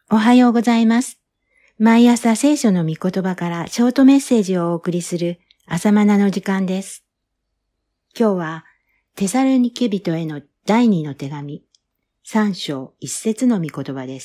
おはようございます。毎朝聖書の御言葉からショートメッセージをお送りする朝マナの時間です。今日はテサロニケ人への第2の手紙3章1節の御言葉です。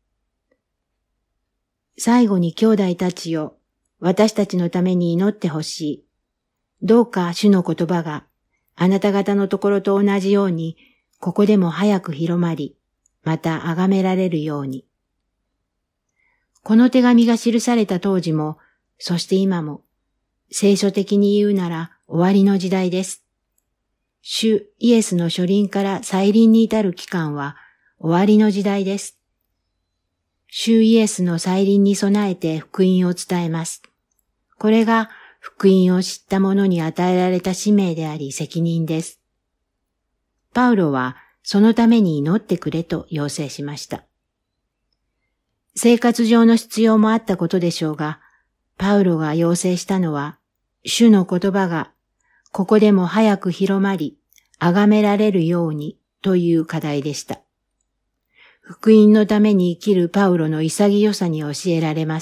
最後に兄弟たちよ、私たちのために祈ってほしい。どうか主の言葉があなた方のところと同じようにここでも早く広まり、また崇められるように。この手紙が記された当時も、そして今も、聖書的に言うなら終わりの時代です。主イエスの初臨から再臨に至る期間は終わりの時代です。主イエスの再臨に備えて福音を伝えます。これが福音を知った者に与えられた使命であり責任です。パウロはそのために祈ってくれと要請しました。生活上の必要もあったことでしょうが、パウロが要請したのは、主の言葉がここでも早く広まり、崇められるようにという課題でした。福音のために生きるパウロの潔さに教えられます。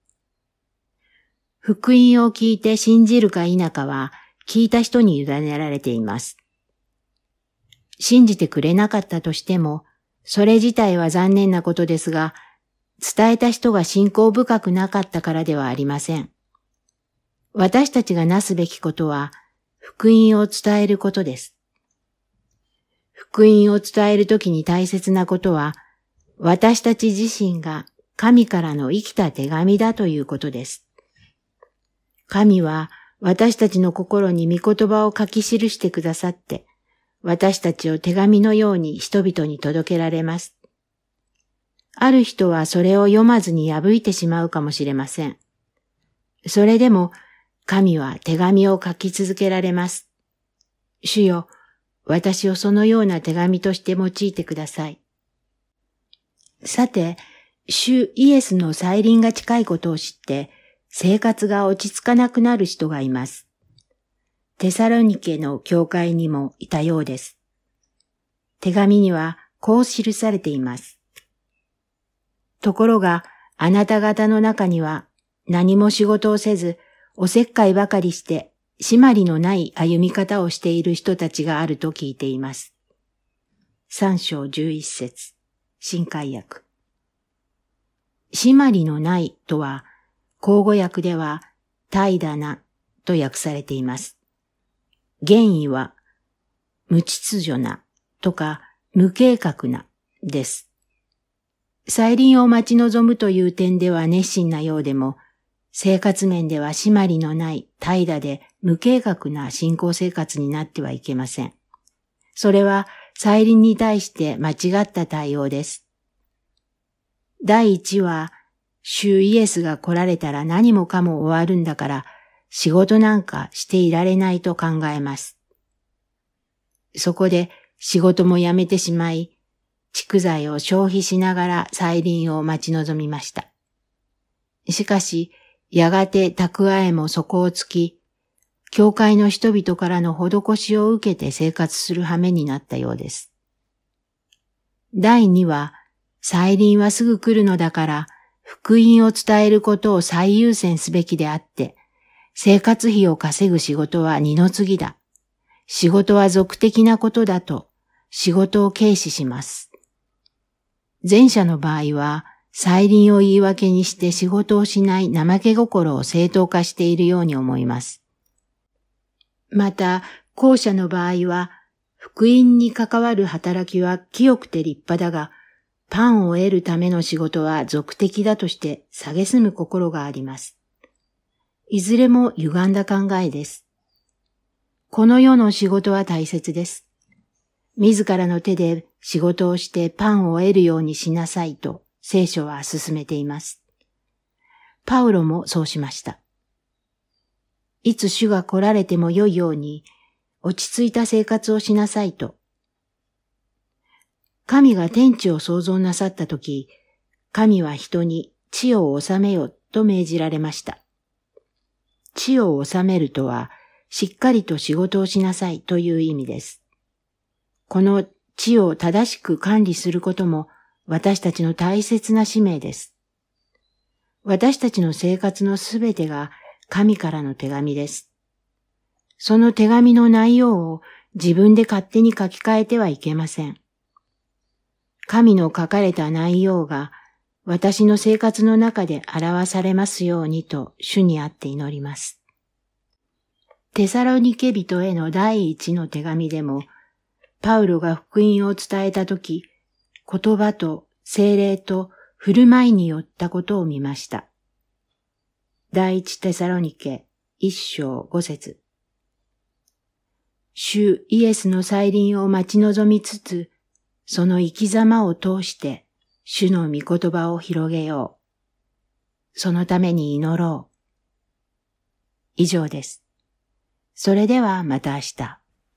福音を聞いて信じるか否かは、聞いた人に委ねられています。信じてくれなかったとしても、それ自体は残念なことですが、伝えた人が信仰深くなかったからではありません。私たちがなすべきことは、福音を伝えることです。福音を伝えるときに大切なことは、私たち自身が神からの生きた手紙だということです。神は私たちの心に御言葉を書き記してくださって、私たちを手紙のように人々に届けられます。ある人はそれを読まずに破いてしまうかもしれません。それでも神は手紙を書き続けられます。主よ、私をそのような手紙として用いてください。さて、主イエスの再臨が近いことを知って生活が落ち着かなくなる人がいます。テサロニケの教会にもいたようです。手紙にはこう記されています。ところが、あなた方の中には何も仕事をせず、おせっかいばかりして、締まりのない歩み方をしている人たちがあると聞いています。3章11節、新海訳。締まりのないとは、口語訳では、怠惰なと訳されています。原意は、無秩序なとか無計画なです。再臨を待ち望むという点では熱心なようでも、生活面では締まりのない怠惰で無計画な信仰生活になってはいけません。それは再臨に対して間違った対応です。第一は、主イエスが来られたら何もかも終わるんだから仕事なんかしていられないと考えます。そこで仕事も辞めてしまい、蓄財を消費しながら再臨を待ち望みました。しかし、やがて蓄えも底をつき、教会の人々からの施しを受けて生活する羽目になったようです。第2は、再臨はすぐ来るのだから、福音を伝えることを最優先すべきであって、生活費を稼ぐ仕事は二の次だ。仕事は俗的なことだと、仕事を軽視します。前者の場合は、再臨を言い訳にして仕事をしない怠け心を正当化しているように思います。また、後者の場合は、福音に関わる働きは清くて立派だが、パンを得るための仕事は俗的だとして蔑む心があります。いずれも歪んだ考えです。この世の仕事は大切です。自らの手で仕事をしてパンを得るようにしなさいと聖書は勧めています。パウロもそうしました。いつ主が来られても良いように落ち着いた生活をしなさいと。神が天地を創造なさったとき、神は人に地を治めよと命じられました。地を治めるとはしっかりと仕事をしなさいという意味です。この地を正しく管理することも私たちの大切な使命です。私たちの生活のすべてが神からの手紙です。その手紙の内容を自分で勝手に書き換えてはいけません。神の書かれた内容が私の生活の中で表されますようにと主にあって祈ります。テサロニケ人への第一の手紙でも、パウロが福音を伝えたとき、言葉と聖霊と振る舞いによったことを見ました。第一テサロニケ1章5節。主イエスの再臨を待ち望みつつ、その生き様を通して主の御言葉を広げよう。そのために祈ろう。以上です。それではまた明日。